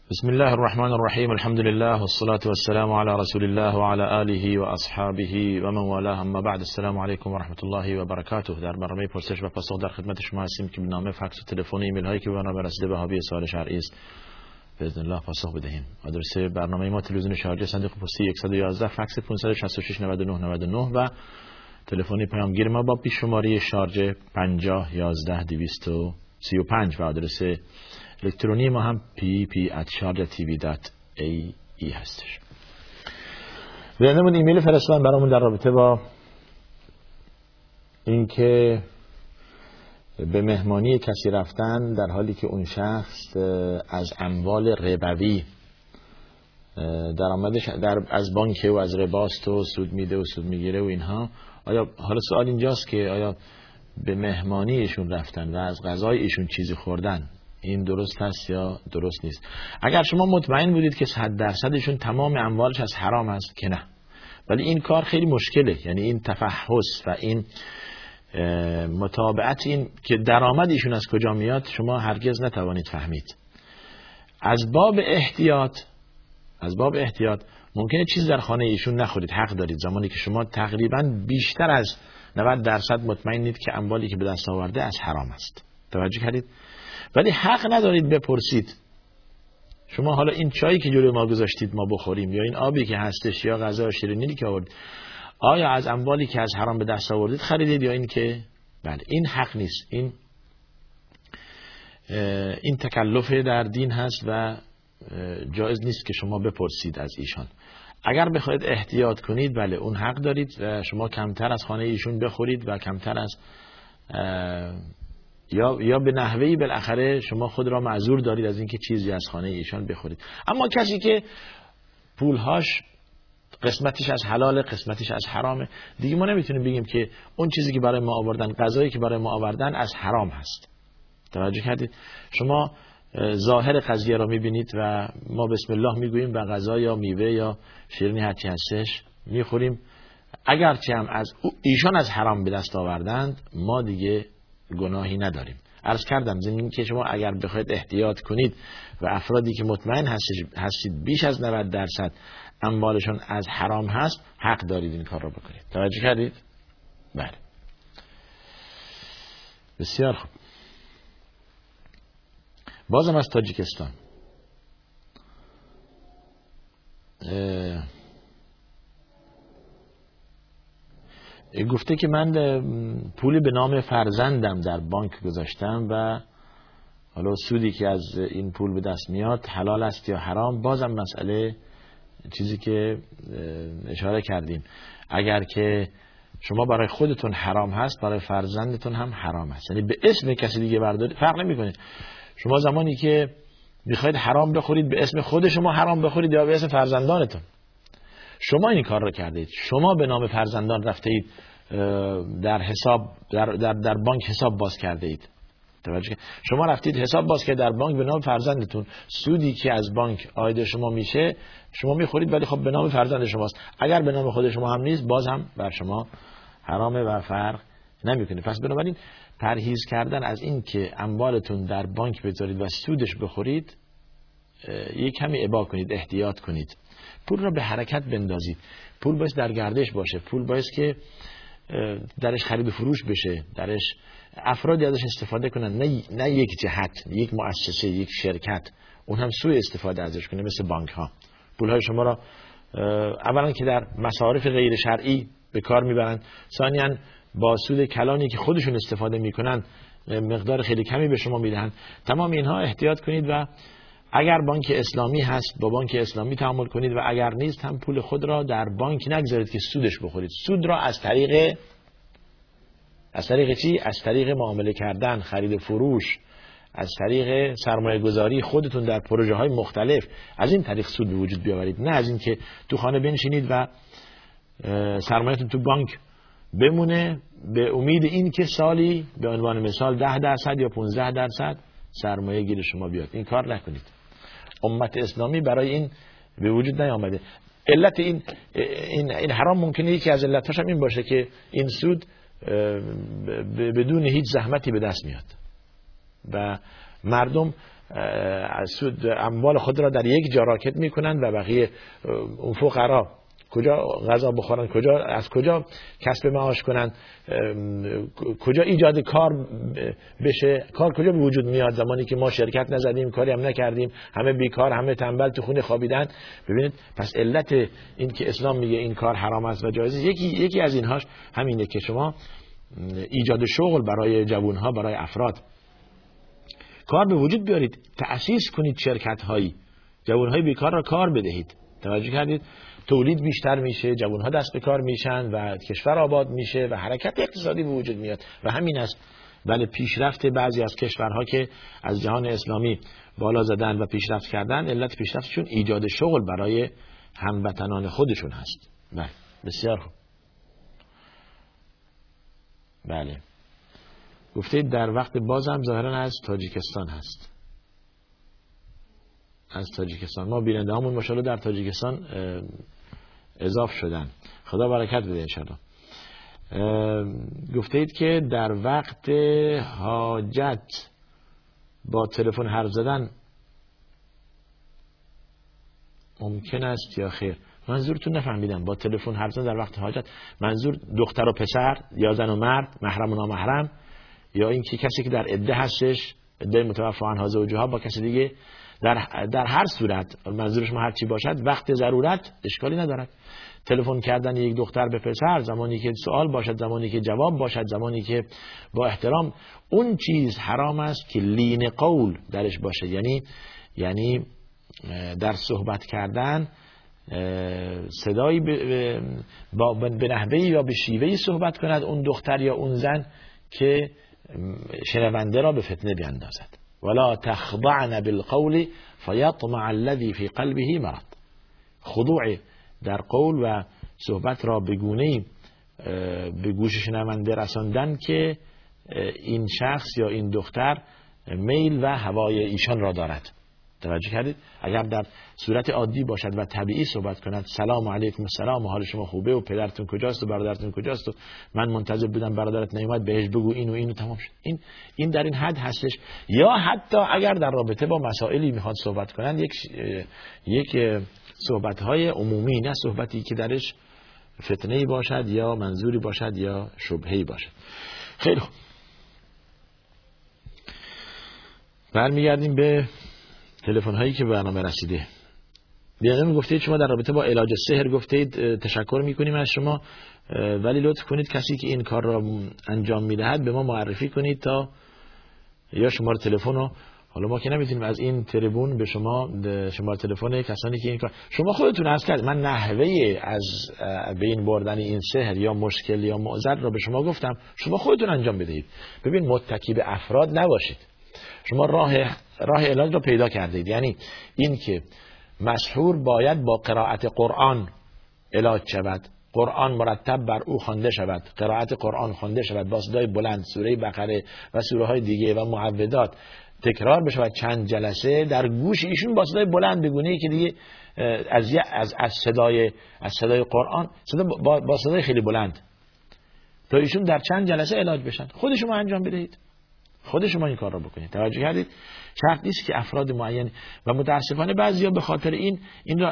بسم الله الرحمن الرحیم. الحمد لله والصلاة والسلام على رسول الله وعلى آله وأصحابه ومن والاه. اما بعد، السلام علیکم و رحمت الله و برکاته. در برنامه پرسش و پاسخ در خدمت شما هستیم که به نام فکس و تلفن ایمیل هایی که به ما رسیده به حاوی سوال شرعی است باذن الله پاسخ بدهیم. آدرس برنامه ما تلویزیون شارجه، صندوق پستی 111، فکس 566 99 99 و تلفن پیامگیر ما با پیش شماره شارجه 50 11 235 و آدرس الکترونی ما هم pp@sharjatv.ae هستش. بینمون ایمیل فرستادن برامون در رابطه با اینکه به مهمانی کسی رفتن در حالی که اون شخص از اموال ربوی درآمدش از بانک و از رباست و سود میده و سود میگیره و اینها. آیا حالا سوال اینجاست که آیا به مهمانی ایشون رفتن و از غذای ایشون چیزی خوردن، این درست هست یا درست نیست؟ اگر شما مطمئن بودید که 100% ایشون تمام اموالش از حرام است که نه، ولی این کار خیلی مشکله. یعنی این تفحص و این متابعت این که درآمد ایشون از کجا میاد شما هرگز نتوانید فهمید. از باب احتیاط ممکنه چیز در خانه ایشون نخورید، حق دارید، زمانی که شما تقریبا بیشتر از 90% مطمئنید که اموالی که به دست آورده از حرام است. توجه کردید؟ ولی حق ندارید بپرسید شما حالا این چایی که جلوی ما گذاشتید ما بخوریم، یا این آبی که هستش، یا غذا شیرینی که آوردید، آیا از اموالی که از حرام به دست آوردید خریدید یا این که بله. این حق نیست. این تکلف در دین هست و جایز نیست که شما بپرسید از ایشان. اگر بخواید احتیاط کنید بله اون حق دارید و شما کمتر از خانه ایشون بخورید و کمتر از یا به نحوهی بالاخره شما خود را معذور دارید از اینکه چیزی از خانه ایشان بخورید. اما کسی که پولهاش قسمتش از حلال قسمتش از حرامه، دیگه ما نمیتونیم بگیم که اون چیزی که برای ما آوردن، غذایی که برای ما آوردن از حرام هست. توجه کردید؟ شما ظاهر قضیه را میبینید و ما بسم الله میگوییم و غذا یا میوه یا شیرینی هرچی هستش میخوریم، اگرچه هم از ایشان از حرام به دست آوردند ما دیگه گناهی نداریم. عرض کردم زمین که شما اگر بخواید احتیاط کنید و افرادی که مطمئن هستید بیش از 90% اموالشون از حرام هست، حق دارید این کار رو بکنید. توجه کردید؟ بله. بسیار خوب. بازم از تاجیکستان گفته که من پولی به نام فرزندم در بانک گذاشتم و حالا سودی که از این پول به دست میاد حلال است یا حرام. بازم مسئله چیزی که اشاره کردیم، اگر که شما برای خودتون حرام هست برای فرزندتون هم حرام هست. یعنی به اسم کسی دیگه بردارید فرق نمی‌کنه. شما زمانی که میخواید حرام بخورید به اسم خود شما حرام بخورید یا به اسم فرزندانتون، شما این کار رو کردید. شما به نام فرزندان رفته اید در حساب در بانک حساب باز کرده اید. توجه، شما رفتید حساب باز کرد در بانک به نام فرزندتون، سودی که از بانک عاید شما میشه شما میخورید، ولی خب به نام فرزند شماست. اگر به نام خود شما هم نیست باز هم بر شما حرامه و فرق نمیکنه. پس بنابراین پرهیز کردن از این که اموالتون در بانک بذارید و سودش بخورید، یک کمی ابا کنید، احتیاط کنید. پول را به حرکت بندازید. پول باید در گردش باشه. پول باید که درش خرید و فروش بشه، درش افرادی ازش استفاده کنن، نه یک جهت، یک مؤسسه، یک شرکت اون هم سوء استفاده ازش کنه مثل بانک ها. پول های شما را اولا که در مصارف غیر شرعی به کار میبرند، ثانیاً با سود کلانی که خودشون استفاده میکنن مقدار خیلی کمی به شما میدهند. تمام اینها احتیاط کنید و اگر بانک اسلامی هست با بانک اسلامی تعامل کنید و اگر نیست هم پول خود را در بانک نگذارید که سودش بخورید. سود را از طریق چی؟ از طریق معامله کردن، خرید و فروش، از طریق سرمایه گذاری خودتون در پروژه های مختلف، از این طریق سود به وجود بیاورید، نه از این که تو خانه بنشینید و سرمایه‌تون تو بانک بمونه به امید این که سالی به عنوان مثال 10% یا 15% سرمایه گیر شما بیاد. این کار نکنید. امت اسلامی برای این به وجود نیامده. علت این حرام ممکنه یکی از علتاش هم این باشه که این سود بدون هیچ زحمتی به دست میاد و مردم سود اموال خود را در یک جا راکد میکنند و بقیه اون فقرا کجا غذا بخورن، از کجا کسب معاش کنن، کجا ایجاد کار بشه، کار کجا به وجود میاد زمانی که ما شرکت نزدیم، کاری هم نکردیم، همه بیکار، همه تنبل تو خونه خوابیدن. ببینید پس علت این که اسلام میگه این کار حرام است و جایزه یکی از اینهاش همینه که شما ایجاد شغل برای جوانها، برای افراد کار به وجود بیارید، تأسیس کنید شرکت هایی، جوانهای بیکار را کار بدهید. توجه کردید؟ تولید بیشتر میشه، جوانها دست به کار میشن و کشور آباد میشه و حرکت اقتصادی به وجود میاد و همین است. بله پیشرفت بعضی از کشورها که از جهان اسلامی بالا زدن و پیشرفت کردن، علت پیشرفتشون ایجاد شغل برای هموطنان خودشون هست. بله بسیار خوب. بله گفتید در وقت بازم ظاهرا از تاجیکستان هست. از تاجیکستان ما بیننده همون ماشاءالله در تاجیکستان اضافه شدن، خدا برکت بده انشاءالله. گفتید که در وقت حاجت با تلفن حرف زدن ممکن است یا خیر؟ منظورتون نفهمیدم. با تلفن حرف زدن در وقت حاجت منظور دختر و پسر یا زن و مرد، محرم و نامحرم، یا اینکه کسی که در عده هستش، عده متوفی عنها زوجها با کسی دیگه، در هر صورت منظورش ما هر چی باشد وقت ضرورت اشکالی ندارد. تلفن کردن یک دختر به پسر زمانی که سوال باشد، زمانی که جواب باشد، زمانی که با احترام، اون چیز حرام است که لین قول درش باشه، یعنی در صحبت کردن صدایی به نحوهی یا به شیوهی صحبت کند اون دختر یا اون زن که شنونده را به فتنه بیندازد. ولا تخضعن بالقول فیطمع الذی فی قلبه مرض. خضوع در قول و صحبت را به گونه‌ای به گوش شنونده رساندن که این شخص یا این دختر میل و هوای ایشان را دارد. توجه کردید؟ اگر در صورت عادی باشد و طبیعی صحبت کند، سلام علیکم السلام و حال شما خوبه و پدرتون کجاست و برادرتون کجاست و من منتظر بودم برادرت نیومد بهش بگو اینو اینو، تمام شد. این در این حد هستش. یا حتی اگر در رابطه با مسائلی میخواد صحبت کنند، یک صحبت‌های عمومی، نه صحبتی که درش فتنه‌ای باشد یا منظوری باشد یا شبهه‌ای باشد. خیلی خوب. برمیگردیم به تلفن هایی که به برنامه رسیده. بیانم گفتید شما در رابطه با علاج سحر گفتید تشکر میکنیم از شما، ولی لطف کنید کسی که این کار را انجام میدهد به ما معرفی کنید تا یا شماره تلفن رو، حالا ما که نمیتونیم از این تریبون به شما شماره تلفن کسانی که این کار، شما خودتون عرض کرد من نحوه از بین بردن این سحر یا مشکل یا معضل را به شما گفتم، شما خودتون انجام بدهید. ببین متکی به افراد نباشید. شما راه علاج را پیدا کردید، یعنی این که مسحور باید با قرائت قرآن علاج شود، قرآن مرتب بر او خوانده شود، قرائت قرآن خوانده شود با صدای بلند، سوره بقره و سوره های دیگه و معوذات تکرار بشود چند جلسه در گوش ایشون با صدای بلند، بگونه که دیگه از صدای قرآن با صدای خیلی بلند تا ایشون در چند جلسه علاج بشن. خود شما انجام بدهید، خود شما این کار را بکنید. توجه کردید؟ شرط نیست که افراد معین، و متاسفانه بعضیا به خاطر این را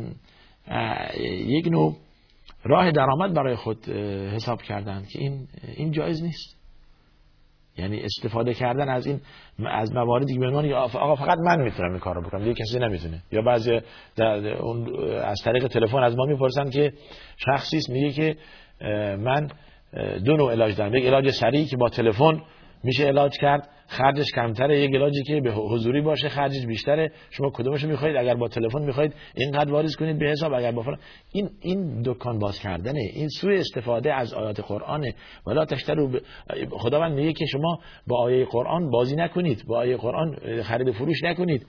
یک نوع راه درآمد برای خود حساب کردن که این جایز نیست. یعنی استفاده کردن از مواردی که میگن آقا فقط من میتونم این کار رو بکنم، دیگه کسی نمیتونه. یا بعضی از طریق تلفن از ما میپرسن که شخصی میگه که من دو نوع علاج دارم، یک علاج سریع که با تلفن میشه علاج کرد، خرجش کمتره، یک علاجی که به حضوری باشه خرجش بیشتره، شما کدومشو میخواید؟ اگر با تلفن میخواید اینقدر واریز کنید به حساب، اگر با فلان. این دکان باز کردنه، این سوء استفاده از آیات قرآنه. ولا تشتروا خداوند میگه که شما با آیه قرآن بازی نکنید، با آیه قرآن خرید و فروش نکنید،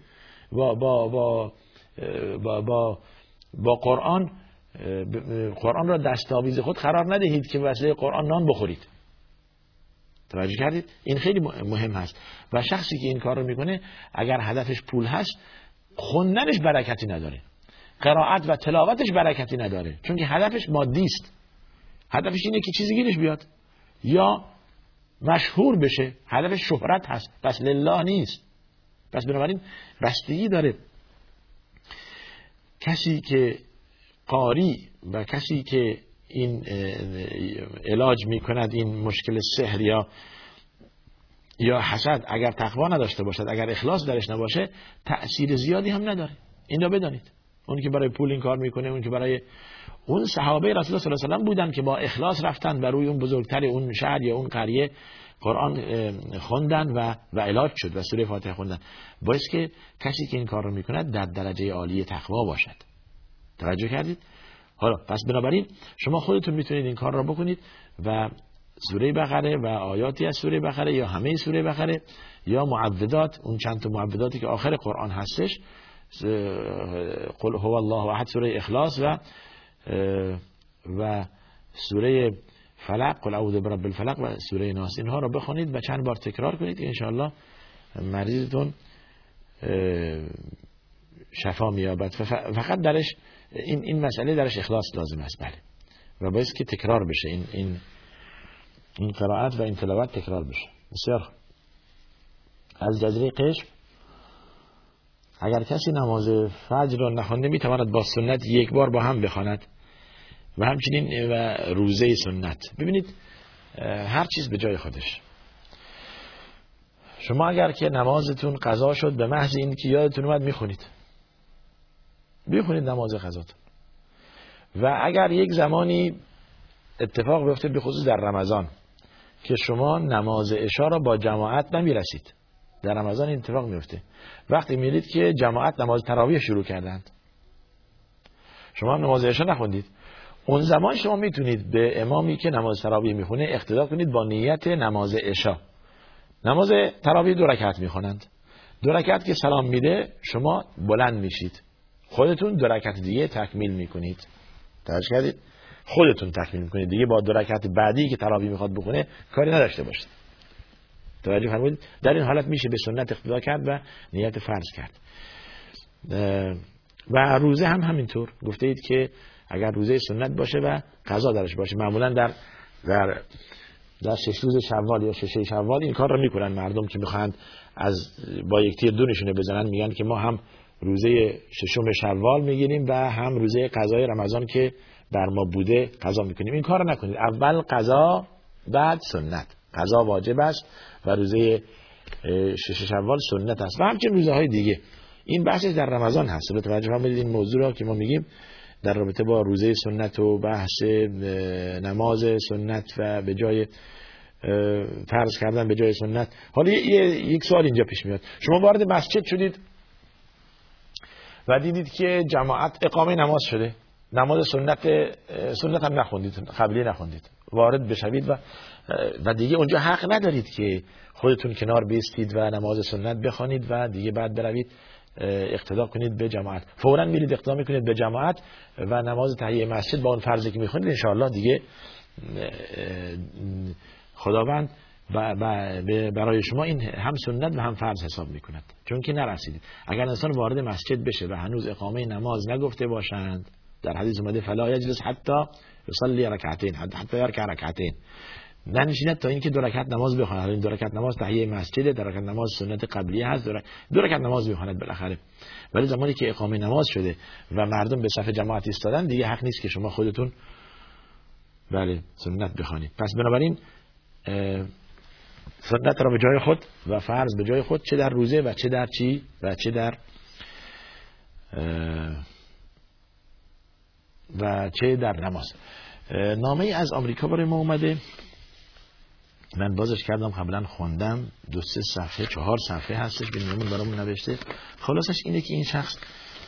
با قرآن را دستاویز خود قرار ندهید که واسه قرآن نان بخورید. توجه کردید؟ این خیلی مهم هست. و شخصی که این کار رو میکنه اگر هدفش پول هست، خوندنش برکتی نداره، قرائت و تلاوتش برکتی نداره، چون که هدفش مادی است. هدفش اینه که چیزی گیرش بیاد یا مشهور بشه، هدفش شهرت هست، پس لله نیست. پس بنابراین بستگی داره کسی که قاری و کسی که این علاج میکند این مشکل سحر یا حسد، اگر تقوا نداشته باشد، اگر اخلاص درش نباشه، تأثیر زیادی هم نداره. این رو بدانید. اون که برای پول این کار میکنه، اون که برای اون صحابه رسول الله صلی الله علیه و سلم بودن که با اخلاص رفتن و روی اون بزرگتر اون شهر یا اون قریه قرآن خوندن و علاج شد و سوره فاتحه خوندن. باعث که کسی که این کار رو میکنه در درجه عالی تقوا باشد. توجه کردید؟ حالا پس بنابراین شما خودتون میتونید این کار را بکنید و سوره بقره و آیاتی از سوره بقره یا همه سوره بقره یا معوذات، اون چند تا معوذاتی که آخر قرآن هستش، قل هو الله احد، سوره اخلاص و سوره فلق، قل اعوذ برب الفلق و سوره ناس، اینها رو بخونید و چند بار تکرار کنید که انشاءالله مریضتون شفا می‌یابد. فقط درش این مسئله درش اخلاص لازم است. بله. و باید که تکرار بشه این قرائت و این تلاوت تکرار بشه. بسیار. از جزیره قشم اگر کسی نماز فجر را نخوانده میتواند با سنت یک بار با هم بخواند و همچنین و روزه سنت. ببینید هر چیز به جای خودش. شما اگر که نمازتون قضا شد به محض این که یادتون اومد بخونید نماز قضاتون. و اگر یک زمانی اتفاق بیفته به خصوص در رمضان که شما نماز عشا را با جماعت نمیرسید، در رمضان این اتفاق میفته، وقتی میرید که جماعت نماز تراویح شروع کردند شما هم نماز عشا نخوندید، اون زمان شما میتونید به امامی که نماز تراویح میخونه اقتدا کنید با نیت نماز عشا. نماز تراویح 2 رکعت میخونند، 2 رکعت که سلام میده شما بلند میشید، خودتون 2 رکعت دیگه تکمیل میکنید. توجه کردید؟ خودتون تکمیل میکنید دیگه، با 2 رکعت بعدی که تراویح میخواد بخونه کاری نداشته باشید. توجه فرمودید؟ در این حالت میشه به سنت اقتدا کرد و نیت فرض کرد. و روزه هم همینطور گفته اید که اگر روزه سنت باشه و قضا درش باشه، معمولا در 6 روز شوال یا 6 شوال این کار رو میکنن مردم که میخواهند با یک تیر دونشونه بزنن، میگن که ما هم روزه 6 شوال میگیریم و هم روزه قضای رمضان که بر ما بوده قضا میکنیم. این کار رو نکنید. اول قضا بعد سنت. قضا واجب است و روزه 6 شوال سنت است و همچنین روزه های دیگه. این بحثش در رمضان هست. به توجه فرمودید این موضوع را که ما میگیم در رابطه با روزه سنت و بحث نماز سنت و به جای فرض کردن به جای سنت. حالا یک سوال اینجا پیش میاد. شما وارد مسجد شدید و دیدید که جماعت اقامه نماز شده، نماز سنت هم نخوندید، قبلی نخوندید، وارد بشوید و دیگه اونجا حق ندارید که خودتون کنار بیستید و نماز سنت بخوانید و دیگه بعد بروید اقتدا کنید به جماعت. فوراً میرید اقتدا میکنید به جماعت و نماز تحیه مسجد با اون فرضی که میخونید انشاءالله دیگه خداوند برای شما این هم سنت و هم فرض حساب میکند، چون که نرسیدید. اگر انسان وارد مسجد بشه و هنوز اقامه نماز نگفته باشند، در حدیث اومده فلا یجلس حتی یصلی رکعتین، حتی یرکع رکعتین، ننشیند تا اینکه 2 رکعت نماز بخواند. این 2 رکعت نماز تحیه مسجد، 2 رکعت نماز سنت قبلیه هست، 2 رکعت نماز میخواند بالاخره. ولی زمانی که اقامه نماز شده و مردم به صف جماعت ایستادن دیگه حق نیست که شما خودتون سنت بخوانید. پس بنابراین سنت را به جای خود و فرض به جای خود، چه در روزه و چه در چی و چه در نماز. نامه ای از آمریکا برای ما اومده، من بازش کردم، قبلا خوندم، 2-3 صفحه 4 صفحه هستش، ببینیم برامون نوشته. خلاصش اینه که این شخص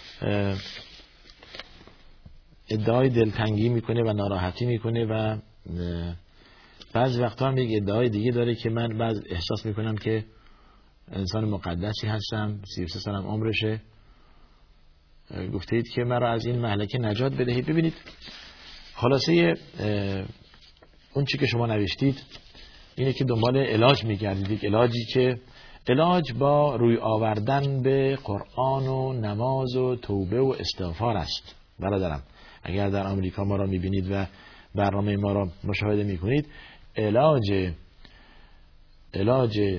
ادعای دلتنگی میکنه و ناراحتی میکنه و بعض وقتا هم یک ادعای دیگه داره که من بعض احساس میکنم که انسان مقدسی هستم، 33 سالم عمرشه، گفته اید که مرا از این مهلکه نجات بدهید. ببینید خلاصه اون چی که شما نوشتید اینه که دنبال علاج میگردید، علاجی که علاج با روی آوردن به قرآن و نماز و توبه و استغفار است. برادرم اگر در آمریکا ما را میبینید و برنامه ما را مشاهده میکنید، علاج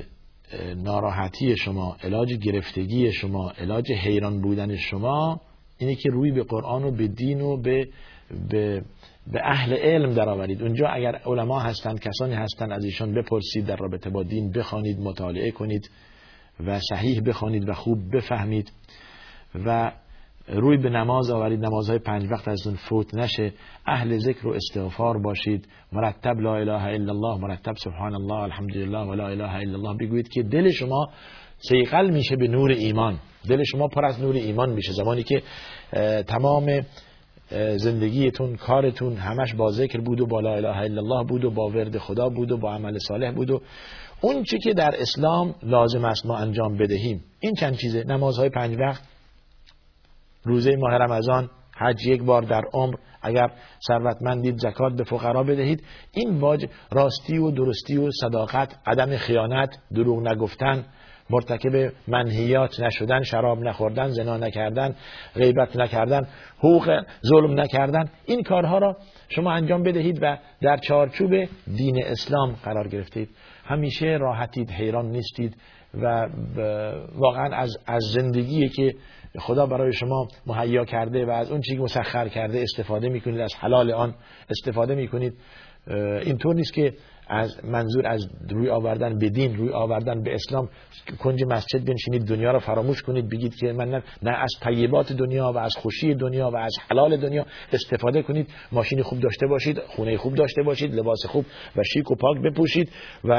ناراحتی شما، علاج گرفتگی شما، علاج حیران بودن شما اینه که روی به قرآن و به دین و به اهل علم در آورید. اونجا اگر علما هستند، کسانی هستند، از ایشان بپرسید، در رابطه با دین بخوانید، مطالعه کنید و صحیح بخوانید و خوب بفهمید و روی به نماز آورید، نمازهای 5 وقت ازتون فوت نشه، اهل ذکر و استغفار باشید، مرتب لا اله الا الله، مرتب سبحان الله الحمدلله و لا اله الا الله بگویید که دل شما صیقل میشه به نور ایمان، دل شما پر از نور ایمان میشه. زمانی که تمام زندگیتون، کارتون همش با ذکر بود و با لا اله الا الله بود و با ورد خدا بود و با عمل صالح بود و اون چی که در اسلام لازم است ما انجام بدهیم، این چند چیزه: نمازهای 5 وقت، روزه ماه رمضان، حج 1 بار در عمر، اگر ثروتمندید زکات به فقرا بدهید. این راستی و درستی و صداقت، عدم خیانت، دروغ نگفتن، مرتکب منهیات نشدن، شراب نخوردن، زنا نکردن، غیبت نکردن، حقوق ظلم نکردن، این کارها را شما انجام بدهید و در چارچوب دین اسلام قرار گرفتید. همیشه راحتید، حیران نیستید و واقعا از زندگی که خدا برای شما مهیا کرده و از اون چیزی که مسخر کرده استفاده میکنید، از حلال آن استفاده میکنید. اینطور نیست که از منظور از روی آوردن به دین، روی آوردن به اسلام کنج مسجد بنشینید، دنیا رو فراموش کنید، بگید که من نه، از طیبات دنیا و از خوشی دنیا و از حلال دنیا استفاده کنید. ماشین خوب داشته باشید، خونه خوب داشته باشید، لباس خوب و شیک و پاک بپوشید و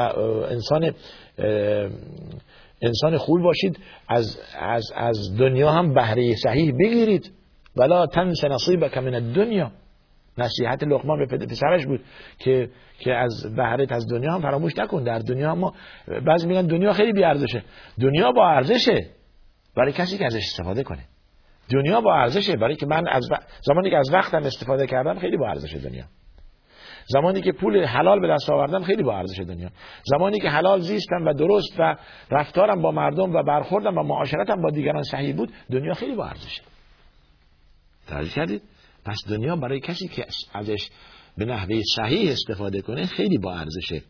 انسان خوب باشید. از دنیا هم بهره صحیح بگیرید. ولا تنس نصیبک من الدنیا، نصیحت لقمان به پسرش بود که از بهره‌ت از دنیا هم فراموش نکن. در دنیا ما بعضی میگن دنیا خیلی بی ارزشه. دنیا با ارزشه برای کسی که ازش استفاده کنه. دنیا با ارزشه برای که من زمانی که از وقتم استفاده کردم خیلی با ارزشه دنیا. زمانی که پول حلال به دست آوردم خیلی با ارزش دنیا. زمانی که حلال زیستم و درست و رفتارم با مردم و برخوردم و معاشرتم با دیگران صحیح بود، دنیا خیلی با ارزشه. توجه کردید؟ پس دنیا برای کسی که ازش به نحوه صحیح استفاده کنه خیلی با ارزشه.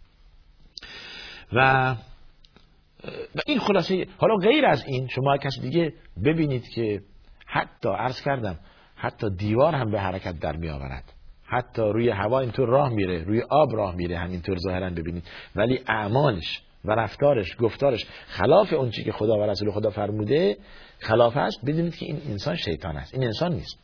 و این خلاصه. حالا غیر از این شما کسی دیگه ببینید که حتی عرض کردم حتی دیوار هم به حرکت در می آورد، حتی روی هوا اینطور راه میره، روی آب راه میره، همینطور ظاهرا ببینید، ولی اعمالش و رفتارش، گفتارش خلاف اون چیزی که خدا و رسول خدا فرموده خلاف است. بدونید که این انسان شیطان است، این انسان نیست.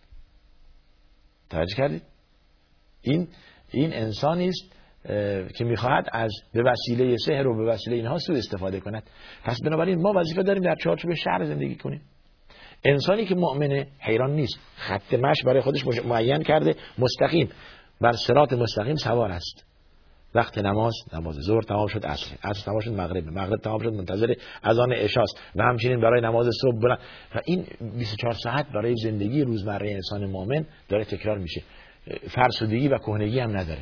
توجه کردید؟ این انسانی است که میخواهد به وسیله سحر و به وسیله اینها سوء استفاده کند. پس بنابراین ما وظیفه داریم در چارچوب شرع زندگی کنیم. انسانی که مؤمنه حیران نیست، خط مشی برای خودش معین کرده، مستقیم بر صراط مستقیم سوار است. وقت نماز ظهر تمام شد، عصر تمام شد، مغرب تمام شد، منتظر اذان عشاست و همچنین برای نماز صبح برن. و این 24 ساعت برای زندگی روزمره انسان مؤمن داره تکرار میشه. فرسودگی و کهنگی هم نداره.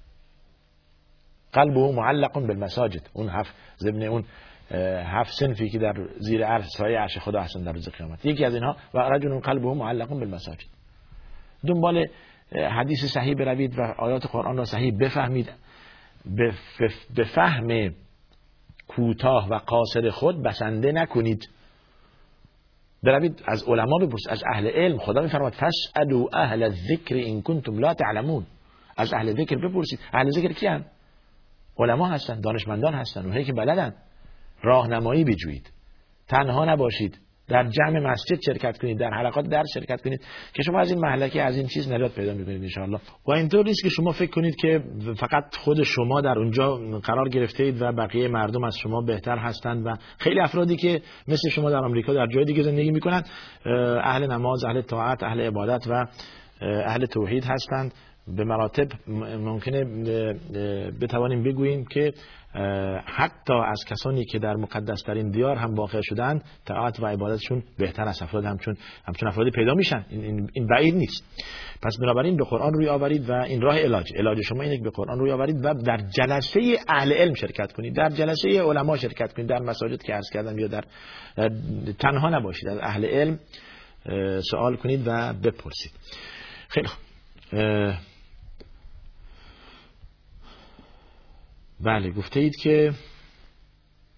قلبه معلق بالمساجد، اون اون 7 صنفی که در زیر عرش سایه عرش خدا هستن در روز قیامت، یکی از اینها و رجل قلبه معلق بالمساجد. دنبال حدیث صحیح بروید و آیات قرآن را صحیح بفهمید. به فهم کوتاه و قاصر خود بسنده نکنید. بروید از علما بپرسید، از اهل علم. خدا میفرماید فاسالوا اهل الذکر ان کنتم لا تعلمون. از اهل ذکر بپرسید. اهل ذکر کیان؟ علما هستند، دانشمندان هستند، اونایی که بلدن. راهنمایی بجویید، تنها نباشید، در جمع مسجد شرکت کنید، در حلقات درس شرکت کنید که شما از این مهلکه، از این چیز نجات پیدا می‌کنید ان شاء الله. و اینطور نیست که شما فکر کنید که فقط خود شما در اونجا قرار گرفته اید و بقیه مردم از شما بهتر هستند. و خیلی افرادی که مثل شما در آمریکا در جای دیگه زندگی می‌کنند، اهل نماز، اهل طاعت، اهل عبادت و اهل توحید هستند. به مراتب ممکنه بتوانیم بگوییم که حتی از کسانی که در مقدس ترین دیار هم واقع شدند، طاعت و عبادتشون بهتر از افراد همچون افرادی پیدا میشن. این بعید نیست. پس بنابراین به قرآن روی آورید و این راه علاج شما اینه که به قرآن روی آورید و در جلسه اهل علم شرکت کنید، در جلسه علما شرکت کنید، در مساجد که عرض کردم، یا در تنها نباشید، از اهل علم سوال کنید و بپرسید. خیلی بله، گفته اید که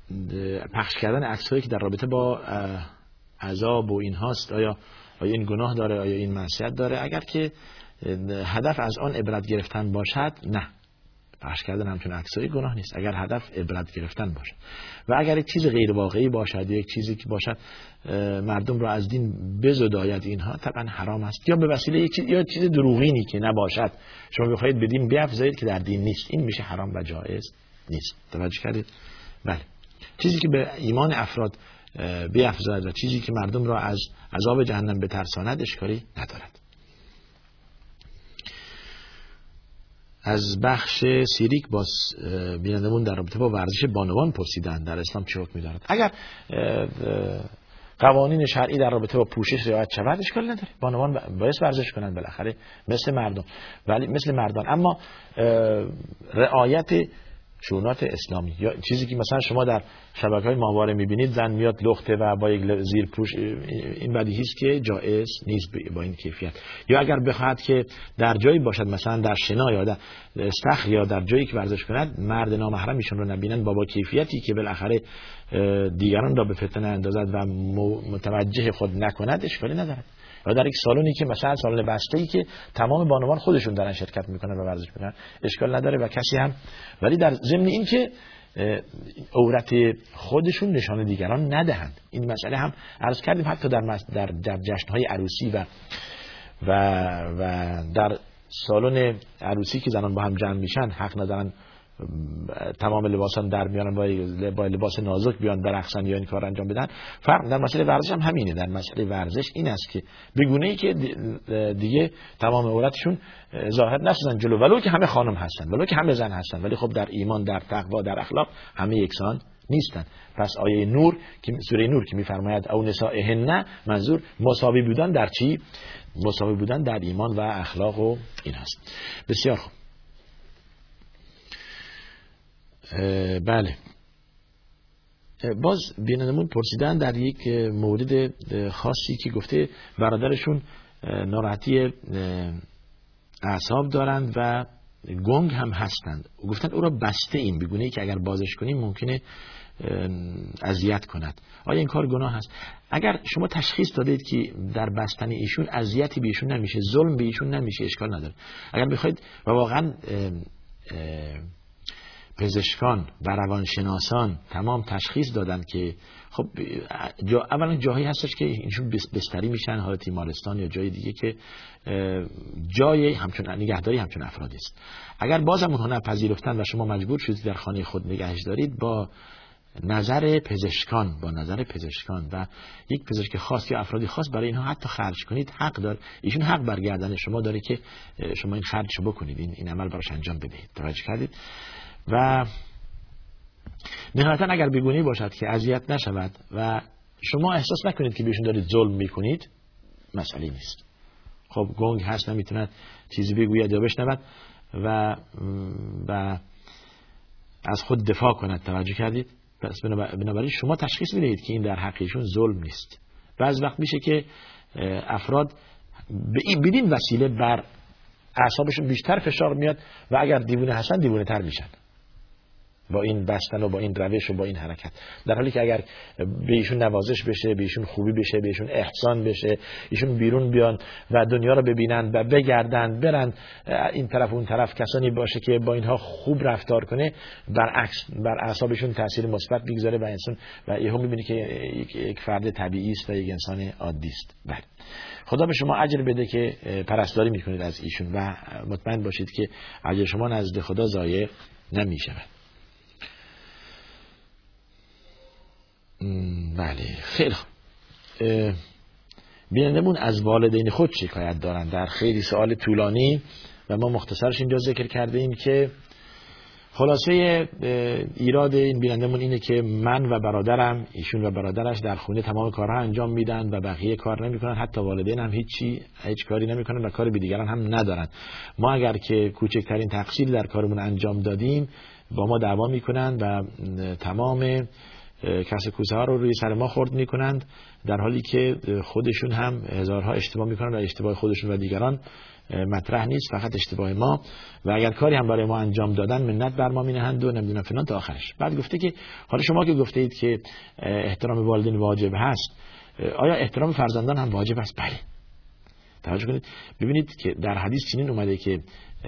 پخش کردن عکس‌هایی که در رابطه با عذاب و این هاست، آیا این گناه داره، آیا این معصیت داره؟ اگر که هدف از آن عبرت گرفتن باشد، نه، پخش کردن همچون عکسایی گناه نیست اگر هدف عبرت گرفتن باشد. و اگر یک چیز غیر واقعی باشد یا یک چیزی که باشد مردم را از دین بزداید، اینها طبعا حرام است. یا به وسیله یک چیز یا چیز دروغینی که نباشد شما بخواید به دین بیفزایید که در دین نیست، این میشه حرام و جایز نیست. توجه کردید؟ بله، چیزی که به ایمان افراد بیفزاید و چیزی که مردم را از عذاب جهنم بترساند اشکالی ندارد. از بخش سیریک باز بینندمون در رابطه با ورزش بانوان پرسیدن در اسلام چه حکمی دارد. اگر قوانین شرعی در رابطه با پوشش رعایت شود اشکال نداره، بانوان باید ورزش کنند بالاخره مثل مردم، ولی مثل مردان، اما رعایت شونات اسلامی یا چیزی که مثلا شما در شبکه‌های ماهواره می‌بینید، زن میاد لخته و با یک زیر پوش، این بدیهی است که جایز نیست با این کیفیت. یا اگر بخواهد که در جایی باشد مثلا در شنا یا در استخر یا در جایی که ورزش کند، مرد نامحرم ایشون رو نبینن با کیفیتی که بالاخره دیگران را به فتنه اندازد و متوجه خود نکند، اشکالی ندارد. یا در یک سالونی که مثلا سالن بسته‌ای که تمام بانوان خودشون دارن شرکت میکنن و ورزش میکنن، اشکال نداره و کسی هم، ولی در ضمن این که عورت خودشون نشان دیگران ندهند. این مسئله هم عرض کردیم، حتی در جشن‌های عروسی و در سالن عروسی که زنان با هم جمع میشن، حق ندارن تمام لباسان در میارن با لباس نازک بیان برقصن یا این کار انجام بدن. فرق در مسئله ورزش هم همینه. در مسئله ورزش این است که به گونه‌ای که دیگه تمام عورتشون ظاهر نسازن جلو، ولو که همه خانم هستن، ولو که همه زن هستن، ولی خب در ایمان، در تقوا، در اخلاق همه یکسان نیستن. پس آیه نور که سوره نور که میفرماید او نسائهن، منظور مساوی بودن در چی؟ مساوی بودن در ایمان و اخلاق و این هست. بسیار خوب. بله، باز بینندمون پرسیدن در یک مورد خاصی که گفته برادرشون ناراحتی اعصاب دارند و گنگ هم هستند، گفتن او را بسته ایم به گونه‌ای که اگر بازش کنیم ممکنه اذیت کند. آیا این کار گناه هست؟ اگر شما تشخیص دادید که در بستن ایشون اذیتی به ایشون نمیشه، ظلم به ایشون نمیشه، اشکال نداره. اگر بخواید و واقعا پزشکان و روانشناسان تمام تشخیص دادن که خب اولا جاهایی هستش که اینشون بستری میشن، حالا تیمارستان یا جای دیگه که جای همچون نگهداری همچون افرادی است. اگر بازم اونها نپذیرفتن و شما مجبور شدید در خانه خود نگهش دارید، با نظر پزشکان و یک پزشک خاص یا افرادی خاص برای اینها حتی خرج کنید، حق دار ایشون حق برگردن شما داره که شما این خرجو بکنید، این عمل براش انجام بدهید. توجه کردید؟ و نهایتا اگر بیگونی باشد که اذیت نشود و شما احساس نکنید که بهشون دارید ظلم میکنید، مسئله نیست. خب گنگ هست، نمیتوند چیزی بگوید یا بشنود و از خود دفاع کند. توجه کردید؟ پس بنابراین شما تشخیص میدهید که این در حق ایشون ظلم نیست. بعض وقت میشه که افراد بدین وسیله بر اعصابشون بیشتر فشار میاد و اگر دیوونه هستن دیوونه تر میشن با این بستن و با این روش و با این حرکت، در حالی که اگر به ایشون نوازش بشه، به ایشون خوبی بشه، به ایشون احسان بشه، ایشون بیرون بیان و دنیا رو ببینن و بگردن، برن این طرف اون طرف، کسانی باشه که با اینها خوب رفتار کنه، برعکس بر اعصابشون تاثیر مثبت میگذاره و انسان و یهو میبینی که یک فرد طبیعی است و یک انسان عادی است. بله، خدا به شما اجر بده که پرستاری میکنید از ایشون و مطمئن باشید که اجر شما نزد خدا ضایع نمیشه. بله، خیلی خوب. بینندمون از والدین خود شکایت دارن در خیلی سوال طولانی و ما مختصرش اینجا ذکر کرده ایم که خلاصه ایراد این بینندمون اینه که من و برادرم، ایشون و برادرش در خونه تمام کارها انجام میدن و بقیه کار نمیکنن، حتی والدین هم هیچ کاری نمیکنن و کاری به دیگران هم ندارن. ما اگر که کوچکترین تقصیری در کارمون انجام دادیم با ما دعوا میکنن و تمام کس کوسه ها رو روی سر ما خرد میکنند، در حالی که خودشون هم هزارها اشتباه میکنند و اشتباه خودشون و دیگران مطرح نیست، فقط اشتباه ما، و اگر کاری هم برای ما انجام دادن منت بر ما مینهند و نمیدونم فلان تا آخرش. بعد گفته که حالا شما که گفته اید که احترام والدین واجب هست، آیا احترام فرزندان هم واجب است؟ بله. توجه کنید، ببینید که در حدیث چنین اومده که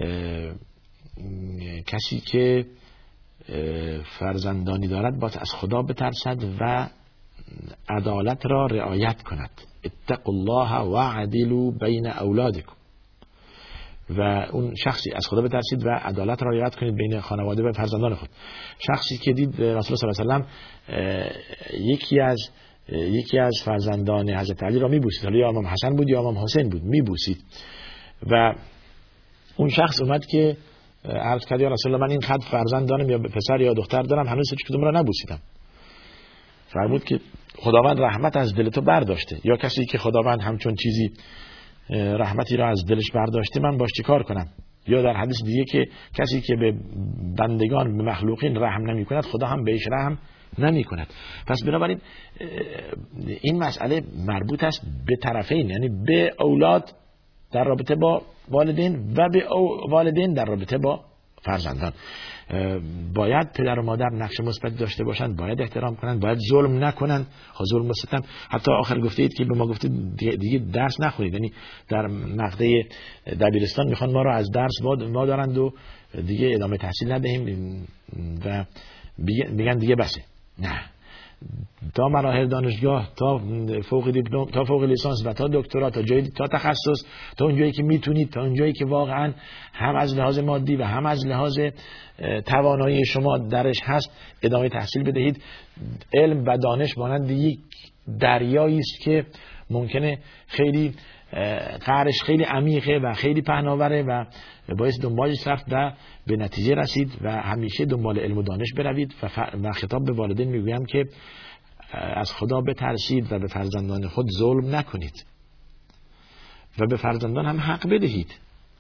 کسی که فرزندانی دارد باید از خدا بترسد و عدالت را رعایت کند. اتقوا الله وعدلوا بین اولادکم. و اون شخصی از خدا بترسید و عدالت را رعایت کنید بین خانواده و فرزندان خود. شخصی که دید رسول الله صلی الله علیه و سلم یکی از فرزندان حضرت علی را میبوسید، حالا یا امام حسن بود یا امام حسین بود، میبوسید، و اون شخص اومد که عرض کرد یا رسول الله من این قد فرزند دارم یا پسر یا دختر دارم، هنوز هیچ کدوم را نبوسیدم. فرمود که خداوند رحمت از دل تو برداشته، یا کسی که خداوند همچون چیزی رحمتی را از دلش برداشته من باش چیکار کنم؟ یا در حدیث دیگه که کسی که به بندگان به مخلوقین رحم نمی کند خدا هم بهش رحم نمی کند. پس بنابراین این مسئله مربوط است به طرفین، یعنی به اولاد در رابطه با والدین و به والدین در رابطه با فرزندان. باید پدر و مادر نقش مثبت داشته باشند، باید احترام کنند، باید ظلم نکنند. ظلم و ستم، حتی آخر گفته اید که به ما گفتید دیگه درس نخونید، یعنی در مقطع دبیرستان میخوان ما رو از درس وادارند و دیگه ادامه تحصیل ندهیم و میگن دیگه بسه. نه، تا مراحل دانشگاه، تا فوق دیپلم، تا فوق لیسانس و تا دکترا، تا جایی، تا تخصص، تا اونجایی که میتونید، تا اونجایی که واقعا هم از لحاظ مادی و هم از لحاظ توانایی شما درش هست ادامه تحصیل بدهید. علم و دانش مانند یک دریایی است که ممکنه خیلی قعرش خیلی عمیقه و خیلی پهناوره و باعث دنبالش رفت و به نتیجه رسید، و همیشه دنبال علم و دانش بروید. و خطاب به والدین میگویم که از خدا بترسید و به فرزندان خود ظلم نکنید و به فرزندان هم حق بدهید.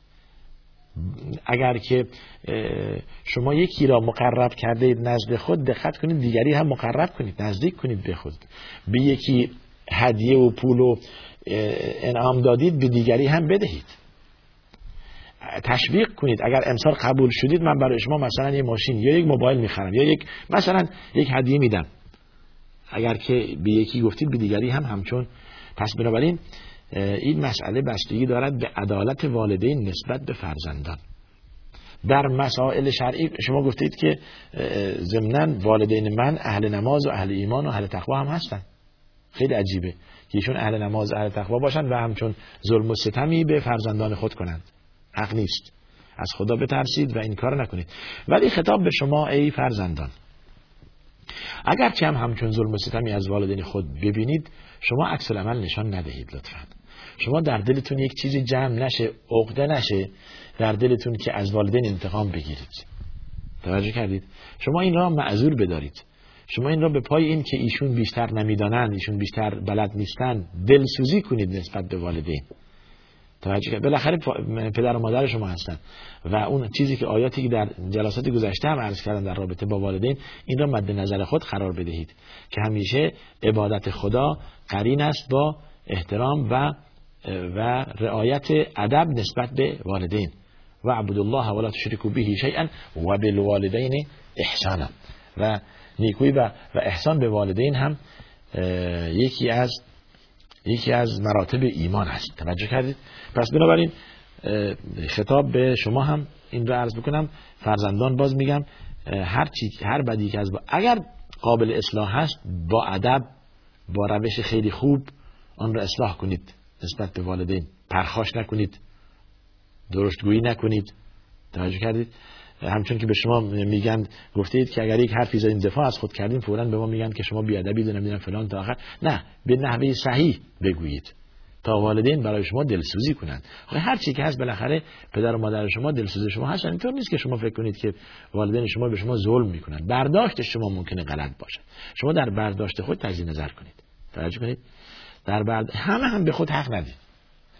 اگر که شما یکی را مقرب کرده اید نزد خود، دقت کنید دیگری هم مقرب کنید، نزدیک کنید به خود. به یکی هدیه و پول و انعام دادید، به دیگری هم بدهید. تشویق کنید. اگر امسال قبول شدید من برای شما مثلا یه ماشین یا یک موبایل میخرم یا مثلا یک هدیه میدم. اگر که به یکی گفتید به دیگری هم همچون. پس بنابراین این مسئله بستگی دارد به عدالت والدین نسبت به فرزندان. در مسائل شرعی شما گفتید که ضمناً والدین من اهل نماز و اهل ایمان و اهل تقوا هم هستن. خیلی عجیبه که ایشون اهل نماز و اهل تقوا باشن و همچون ظلم و ستمی به فرزندان خود کنند. حق نیست. از خدا بترسید و این کار نکنید. ولی خطاب به شما ای فرزندان، اگرچه همچون ظلم و ستمی از والدین خود ببینید، شما عکس العمل نشان ندهید لطفاً. شما در دلتون یک چیزی جمع نشه، عقده نشه در دلتون که از والدین انتقام بگیرید. توجه کردید؟ شما این را معذور بدارید. شما این را به پای این که ایشون بیشتر نمیدانند، ایشون بیشتر بلد نیستن، دلسوزی کنید نسبت به والدین. توجه کنید، بالاخره پدر و مادر شما هستن و اون چیزی که آیاتی که در جلسات گذشته هم عرض کردم در رابطه با والدین، این را مد نظر خود قرار بدهید که همیشه عبادت خدا قرین است با احترام و رعایت ادب نسبت به والدین. و اعبدوا الله ولا تشركوا به شيئا وبالوالدین احسانا. و نیکویی و احسان به والدین هم یکی از مراتب ایمان است. توجه کردید؟ پس بنابراین خطاب به شما هم این رو عرض بکنم، فرزندان باز میگم هر بدی که اگر قابل اصلاح هست با ادب، با روش خیلی خوب آن را اصلاح کنید نسبت به والدین. پرخاش نکنید، درشتگویی نکنید. توجه کردید؟ همچون که به شما میگن، گفتید که اگر یک حرفی زدین دفاع از خود کردین، فوراً به ما میگن که شما بی‌ادبید و نمیدونم فلان تا آخر. نه، به نحوه صحیح بگویید تا والدین برای شما دلسوزی کنند. هر چی که هست بالاخره پدر و مادر شما دلسوز شما هستن. اینطور نیست که شما فکر کنید که والدین شما به شما ظلم میکنن. برداشت شما ممکنه غلط باشه. شما در برداشت خود تجدید نظر کنید. توجه کنید؟ همه به خود حق ندید.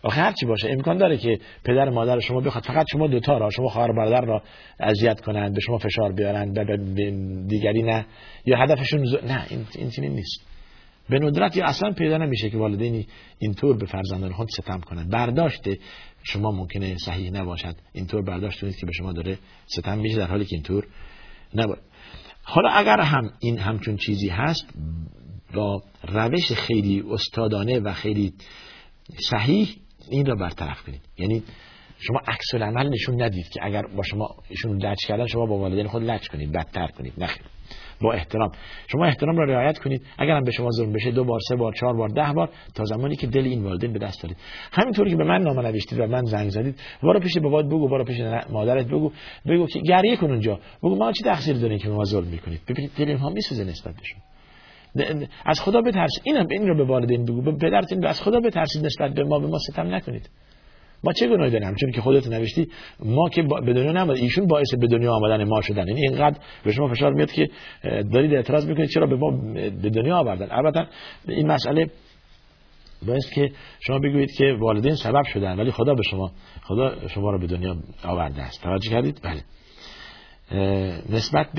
آخه هر چی باشه امکان داره که پدر مادر شما بخواد فقط شما دوتا را، شما خواهر برادر را اذیت کنند، به شما فشار بیارند، به دیگری نه، یا هدفشون نه، این چنین نیست. به ندرت یا اصلا پیدا نمیشه که والدینی اینطور به فرزندان خود ستم کنند. برداشت شما ممکنه صحیح نباشد، اینطور برداشت کنید که به شما داره ستم میشه، در حالی که اینطور نباید. حالا اگر هم این همچون چیزی هست، با روش خیلی استادانه و خیلی صحیح این را برطرف کنید. یعنی شما عکس العمل نشون ندید که اگر با شما ایشون لج کردن شما با والدین خود لج کنید، بدتر کنید. نخیر، با احترام. شما احترام را رعایت کنید. اگر هم به شما ظلم بشه 2 بار 3 بار 4 بار 10 بار، تا زمانی که دل این والدین به دست دارید. همینطوری که به من نامه نوشتید و من زنگ زدید، برو پیش بابات بگو، برو پیش مادرت بگو که گریه کن اونجا، بگو ما چه تقصیر داریم که ما ظلم میکنید. ببینید دل اینها میسوزه نسبت بهشون. از خدا بترسید. این رو به والدین بگو، به پدرتون از خدا بترسید، نسبت به ما ستم نکنید. ما چه گناهی داریم؟ چون که خودت نوشتی ما که به دنیا نمیاد، ایشون باعث به دنیا آمدن ما شدن. یعنی اینقدر به شما فشار میاد که دارید اعتراض میکنید چرا به ما به دنیا آوردن. البته این مسئله باعث که شما بگویید که والدین سبب شدن، ولی خدا شما رو به دنیا آورده است. توجه کردید؟ بله. نسبت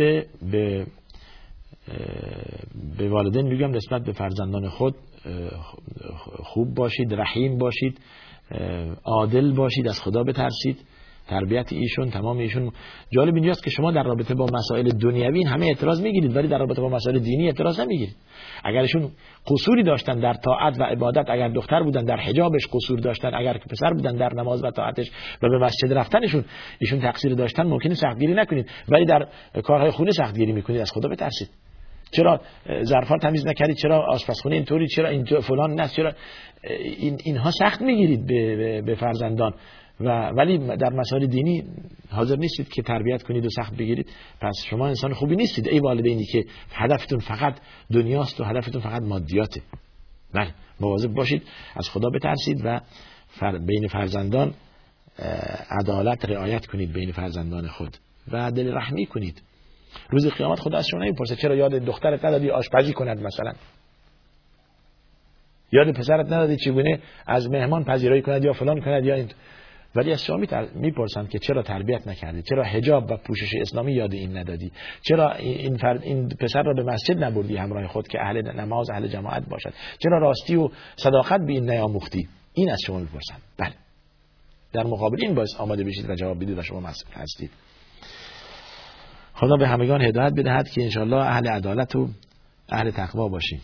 به والدین میگم، نسبت به فرزندان خود خوب باشید، رحیم باشید، عادل باشید، از خدا بترسید. تربیت ایشون، تمام ایشون. جالب اینجاست که شما در رابطه با مسائل دنیوی همه اعتراض میگیرید، ولی در رابطه با مسائل دینی اعتراض نمیگیرید. اگر ایشون قصوری داشتن در طاعت و عبادت، اگر دختر بودن در حجابش قصور داشتن، اگر پسر بودن در نماز و طاعتش و به مسجد رفتنشون ایشون تقصیر داشتن، ممکنه سختگیری نکنید، ولی در کارهای خونه سختگیری میکنید. از خدا بترسید. چرا ظرفا تمیز نکردید؟ چرا آشپزخونه اینطوری؟ چرا این فلان نه؟ چرا اینها سخت میگیرید به فرزندان، ولی در مسائل دینی حاضر نیستید که تربیت کنید و سخت بگیرید. پس شما انسان خوبی نیستید ای والدینی که هدفتون فقط دنیاست و هدفتون فقط مادیاته. بله، مواظب باشید، از خدا بترسید و بین فرزندان عدالت رعایت کنید، بین فرزندان خود، و دل رحمی کنید. روز قیامت خدا از شما نمیپرسه چرا یاد دخترت ندادی آشپزی کند، مثلا یاد پسرت ندادی چگونه از مهمان پذیرایی کند یا فلان کند یا این، ولی از شما میپرسند که چرا تربیت نکردی، چرا حجاب و پوشش اسلامی یاد این ندادی، چرا این پسر را به مسجد نبردی همراه خود که اهل نماز اهل جماعت باشد، چرا راستی و صداقت به این نیاموختی. این از شما میپرسند. بله، در مقابل این باعث آماده بشید و جواب بدید و شما مسئول هستید. خدا به همگان هدایت بدهد که انشاءالله اهل عدالت و اهل تقوا باشیم.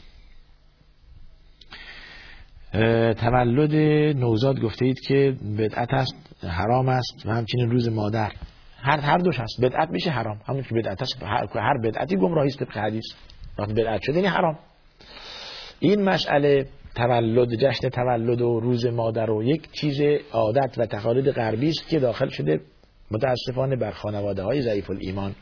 تولد نوزاد گفته اید که بدعت است، حرام است، و همچنین روز مادر. هر دوش هست. بدعت میشه حرام، همون که بدعت است. هر بدعتی گمراهی است طبق حدیث. وقتی بدعت شده یعنی حرام. این مسئله تولد، جشن تولد و روز مادر و یک چیز عادت و تقالید غربی است که داخل شده متاسفانه بر خانواده‌های ضعیف الایمان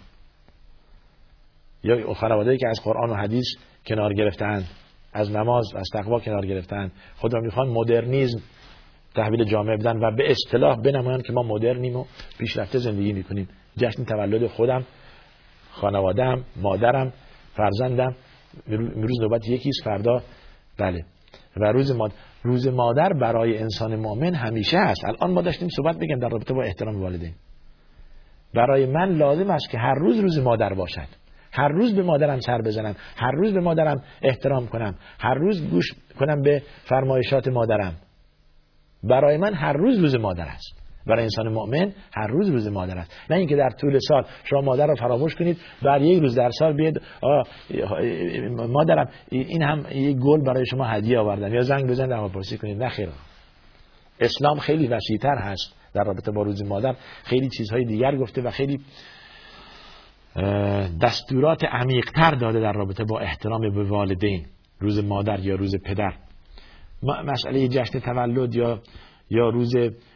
یا خانواده‌ای که از قرآن و حدیث کنار گرفتند، از نماز، از تقوا کنار گرفتند. خود را میخوان مدرنیسم تحویل جامعه بدن و به اصطلاح بنمایند که ما مدرنیم و پیشرفته زندگی میکنیم. جشن تولد خودم، خانواده‌ام، مادرم، فرزندم، امروز نوبت یکیست، فردا بله. و روز مادر برای انسان مؤمن همیشه هست. الان ما داشتیم صحبت بگم در رابطه با احترام والدین. برای من لازم است که هر روز مادر باشد. هر روز به مادرم سر بزنم، هر روز به مادرم احترام کنم، هر روز گوش کنم به فرمایشات مادرم. برای من هر روز مادر است. برای انسان مؤمن هر روز مادر است. نه اینکه در طول سال شما مادر رو فراموش کنید، بعد یک روز در سال بیاد مادرم این هم یک گل برای شما هدیه آوردم، یا زنگ بزنید احوالپرسی کنید. نه خیر. اسلام خیلی وسیع‌تر هست در رابطه با روز مادر، خیلی چیزهای دیگر گفته و خیلی دستورات عمیق‌تر داده در رابطه با احترام به والدین. روز مادر یا روز پدر، مسئله جشن تولد یا روز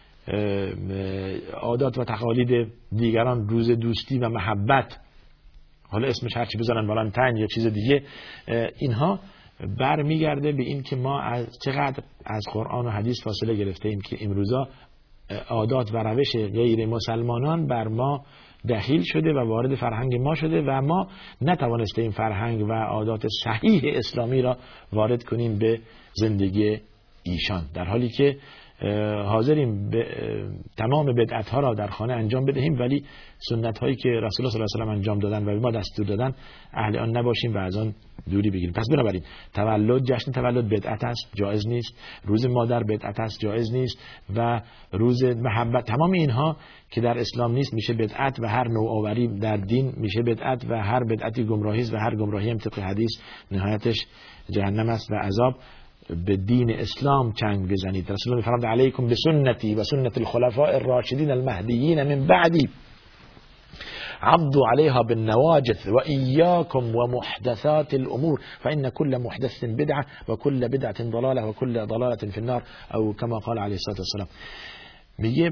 عادات و تقالید دیگران، روز دوستی و محبت، حالا اسمش هرچی بذارن، والنتین یا چیز دیگه، اینها برمیگرده به این که ما چقدر از قرآن و حدیث فاصله گرفته ایم که امروزا عادات و روش غیر مسلمانان بر ما دخیل شده و وارد فرهنگ ما شده و ما نتوانسته این فرهنگ و عادات صحیح اسلامی را وارد کنیم به زندگی ایشان، در حالی که حاضریم تمام بدعت ها را در خانه انجام بدهیم، ولی سنت هایی که رسول الله صلی الله علیه و آله انجام دادن و به ما دستور دادن اهل آن نباشیم و از آن دوری بگیریم. پس بنابراین تولد، جشن تولد بدعت است، جایز نیست. روز مادر بدعت است، جایز نیست. و روز محبت، تمام اینها که در اسلام نیست میشه بدعت و هر نوآوری در دین میشه بدعت و هر بدعتی گمراهی است و هر گمراهی هم طبق حدیث نهایتش جهنم است و عذاب. به دین اسلام چنگ بزنید. رسول الله فرمود علیکم بسنتی و سنت الخلفاء الراشدین المهدیین من بعدی عضوا عليها بالنواجذ وإياكم ومحدثات الأمور فإن كل محدث بدعة وكل بدعة ضلالة وكل ضلالة في النار أو كما قال عليه الصلاة والسلام. میگه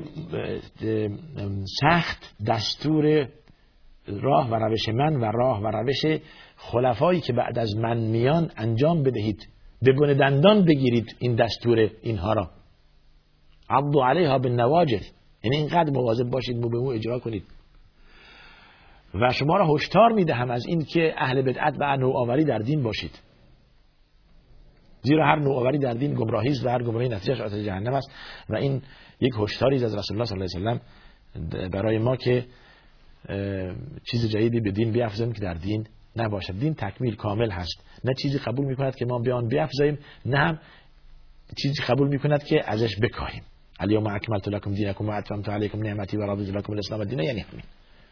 سخت دستور راه و روش من و راه و روش خلفایی که بعد از من میان انجام بدهید، به بن دندان بگیرید این دستور اینها را. عضوا علیها بالنواجذ، یعنی اینقدر مواظب باشید مو به مو اجرا کنید. و شما را هشدار میدهم از این که اهل بدعت و نوآوری در دین باشید، زیرا هر نوآوری در دین گمراهی است و هر گمراهی نتیجهش آتش جهنم است. و این یک هشداری از رسول الله صلی الله علیه و سلم برای ما که چیز جدیدی به دین بیافزاییم که در دین نباشد. دین تکمیل کامل هست، نه چیزی قبول میکند که ما به آن بیافزاییم، نه هم چیزی قبول میکند که ازش بکاهیم. الیوم اکملت لکم دینکم و اتممت علیکم نعمتی و رضیت لکم الاسلام دینا، یعنی همین.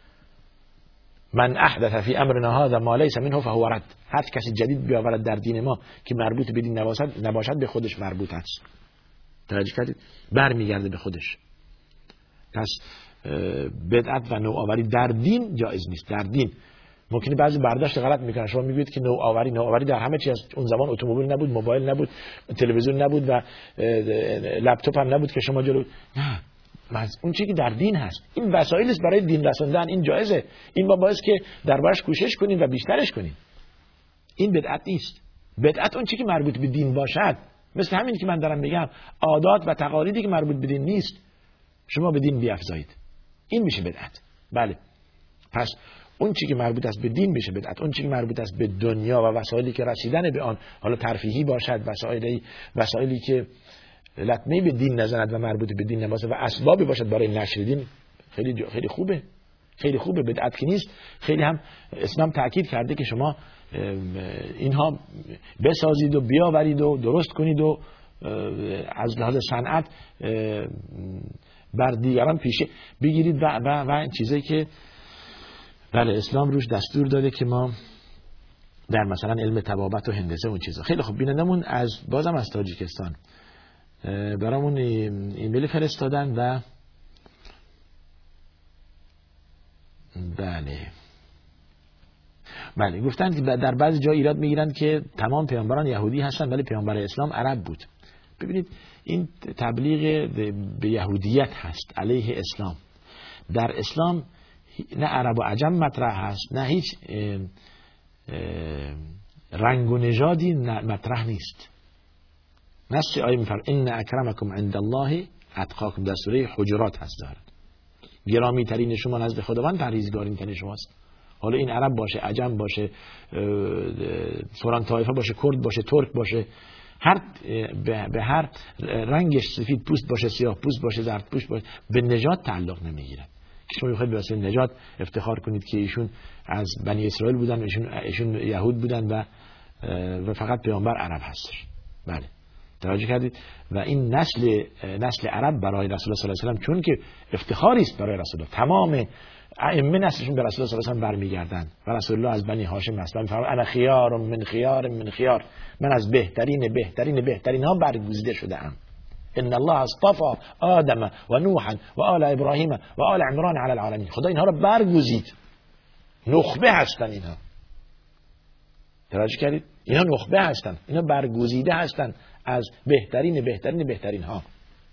من احدث فی امرنا هذا ما لیس منه فهو رد. هر کسی جدید بیاورد در دین ما که مربوط به دین نباشد به خودش مربوط است. توجه کردید؟ برمیگرده به خودش. پس بدعت و نوآوری در دین جایز نیست. در دین ممکنه بعضی برداشت غلط میکنن. شما میگویید که نوآوری در همه چیز. اون زمان اتومبیل نبود، موبایل نبود، تلویزیون نبود و لپتاپ هم نبود که شما جلو. نه، اون چیزی که در دین هست این وسایل است برای دین رسوندن، این جایزه. این ما باعث که دربارش کوشش کنیم و بیشترش کنیم. این بدعت نیست. بدعت اون چیزی که مربوط به دین باشد، مثل همین که من دارم میگم عادات و تقالیدی که مربوط به دین نیست شما به دین بیافزایید، این میشه بدعت. بله، پس اون چیزی که مربوط است به دین میشه بدعت. اون چیزی که مربوط است به دنیا و وسایلی که رسیدن به آن، حالا ترفیهی باشد، وسایلی که لطمه به دین نزند و مربوط به دین نباشه و اسبابی باشد برای نشر دین، خیلی خوبه. خیلی خوبه، بدعت که نیست. خیلی هم اسلام تاکید کرده که شما اینها بسازید و بیاورید و درست کنید و از لحاظ صنعت بر دیگران پیشه بگیرید و این چیزایی که بله اسلام روش دستور داده که ما در مثلا علم طبابت و هندسه اون چیزا. خیلی خوب. بینندمون بازم از تاجیکستان برامون ایمیل فرستادن و بله گفتن که در بعضی جا ایراد میگیرن که تمام پیامبران یهودی هستن ولی پیامبر اسلام عرب بود. ببینید این تبلیغ به یهودیت هست علیه اسلام. در اسلام نه عرب و عجم مطرح هست، نه هیچ رنگ و نژادی مطرح نیست. نص آیه میفرماید ان اکرمکم عند الله اتقاکم، در سوره حجرات هست دارد. گرامی ترین شما نزد خداوند پرهیزگارین ترین شماست. حالا این عرب باشه، عجم باشه، فلان طایفه باشه، کرد باشه، ترک باشه، به هر رنگش، سفید پوست باشه، سیاه پوست باشه، زرد پوست باشه، به نژاد تعلق نمیگیره. که شما بخواید به واسطه نژاد افتخار کنید که ایشون از بنی اسرائیل بودن، ایشون یهود بودن و فقط پیامبر عرب هستش. بله، توجه کردید؟ و این نسل عرب برای رسول الله صلی الله علیه و آله چون که افتخاری است برای رسول الله، تمام ائمه نسلشون به رسول الله صلی الله علیه و آله برمیگردن و رسول الله از بنی هاشم است. میفرماید انا خیار من خیار من خیار، من از بهترین ها برگزیده شده‌ام. ان الله اصطفى آدم و نوحا و آل ابراهیم و آل عمران علی العالمین. خدا اینها رو برگزید. نخبه هستن اینها. توجه کردید؟ اینا نخبه هستن، اینا برگزیده هستن از بهترین ها.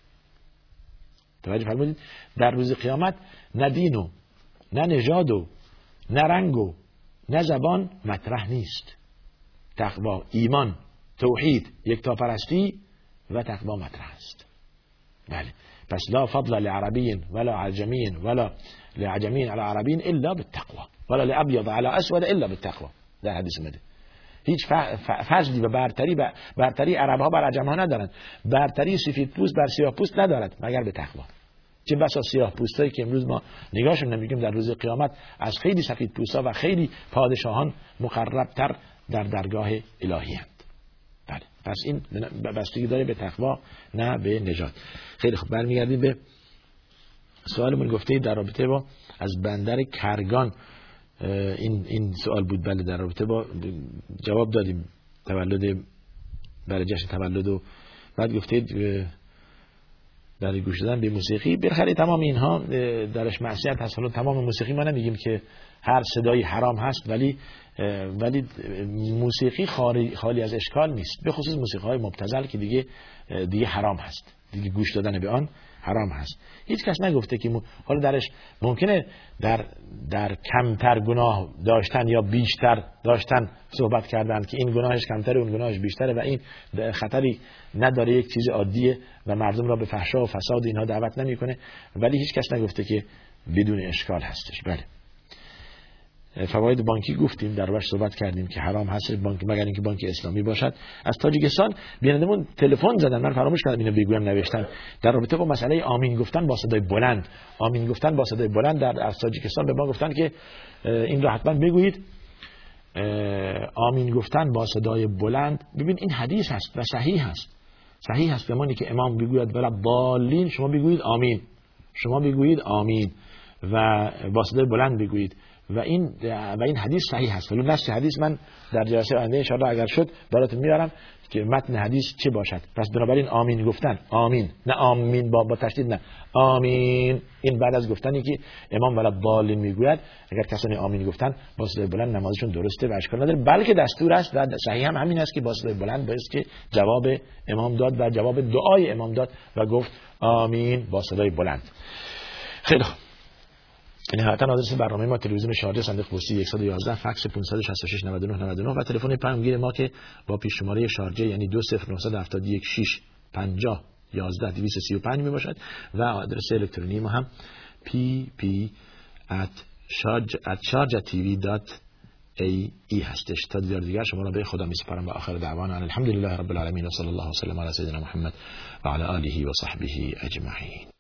توجه فرمودید؟ در روز قیامت نه دین و نه نژاد و نه رنگ و نه زبان مطرح نیست. تقوا، ایمان، توحید، یکتاپرستی و تقوا مطرح است. بله، پس لا فضل لعربی ولا عجمی ولا لعجمی على عربی الا بالتقوا ولا لابيض على اسود الا بالتقوا. در حدیث اومده هیچ فضلی و برتری عرب ها بر عجم ها ندارند. برتری سفید پوست بر سیاه پوست ندارد مگر به تقوا. چه بسا سیاه پوستایی که امروز ما نگاهشون نمیگیم در روز قیامت از خیلی سفید پوستا و خیلی پادشاهان مقربتر در درگاه الهی هستند. بله، پس این بستگی داره به تقوا نه به نجات. خیلی خوب، برمیگردیم به سوالمون. گفته در رابطه با از بندر کرگان این سوال بود. بله، در رابطه با جواب دادیم برای جشن تولد و بعد گفتید برای گوش دادن به موسیقی. بالاخره تمام اینها درش معصیت هست. حالا تمام موسیقی ما نمیگیم که هر صدایی حرام هست، ولی موسیقی خالی از اشکال نیست، به خصوص موسیقی های مبتذل که دیگه حرام هست، دیگه گوش دادن به آن حرام هست. هیچ کس نگفته که حالا درش ممکنه در کمتر گناه داشتن یا بیشتر داشتن صحبت کردن که این گناهش کمتره اون گناهش بیشتره و این خطری نداره، یک چیز عادیه و مردم را به فحشا و فساد اینها دعوت نمیکنه، ولی هیچ کس نگفته که بدون اشکال هستش. بله، فواید بانکی گفتیم، در روش صحبت کردیم که حرام هست بانک مگر اینکه بانک اسلامی باشد. از تاجیکستان بینندمون تلفن زدن، من فراموش کردم اینو بگویم، نوشتن در رابطه با مسئله آمین گفتن با صدای بلند. آمین گفتن با صدای بلند از تاجیکستان به ما گفتن که این رو حتما بگویید. آمین گفتن با صدای بلند، ببین این حدیث هست و صحیح هست زمانی که امام بگوید ولا ضالین شما بگویید آمین، شما بگویید آمین و با صدای بلند بگویید و این حدیث صحیح هست. ولی نص حدیث من در جلسه آینده ان شاء الله اگر شد براتون میارم که متن حدیث چه باشد. پس بنابراین آمین گفتن، آمین نه آمین با تشدید، نه آمین، این بعد از گفتنی که امام ولا ضالین میگوید اگر کسانی آمین گفتن با صدای بلند نمازشون درسته و اشکال نداره، بلکه دستور است و صحیح هم همین است که با صدای بلند باید که جواب امام داد و جواب دعای امام داد و گفت آمین با صدای بلند. خیلی خوب، نهایتا آدرس برنامه ما تلویزیون شارجه، صندوق پستی 111، فکس 566 99 99 و تلفن پیامگیر ما که با پیش شماره شارجه یعنی 20971 6 50 11 235 می باشد و آدرس الکترونی ما هم pp@sharjatv.ae هستش. تا دیگر شما را به خدا می سپارم و آخر دعوانا الحمدلله رب العالمین و صلی الله و سلم علی سیدنا محمد و علی آله و صحبه اجمعین.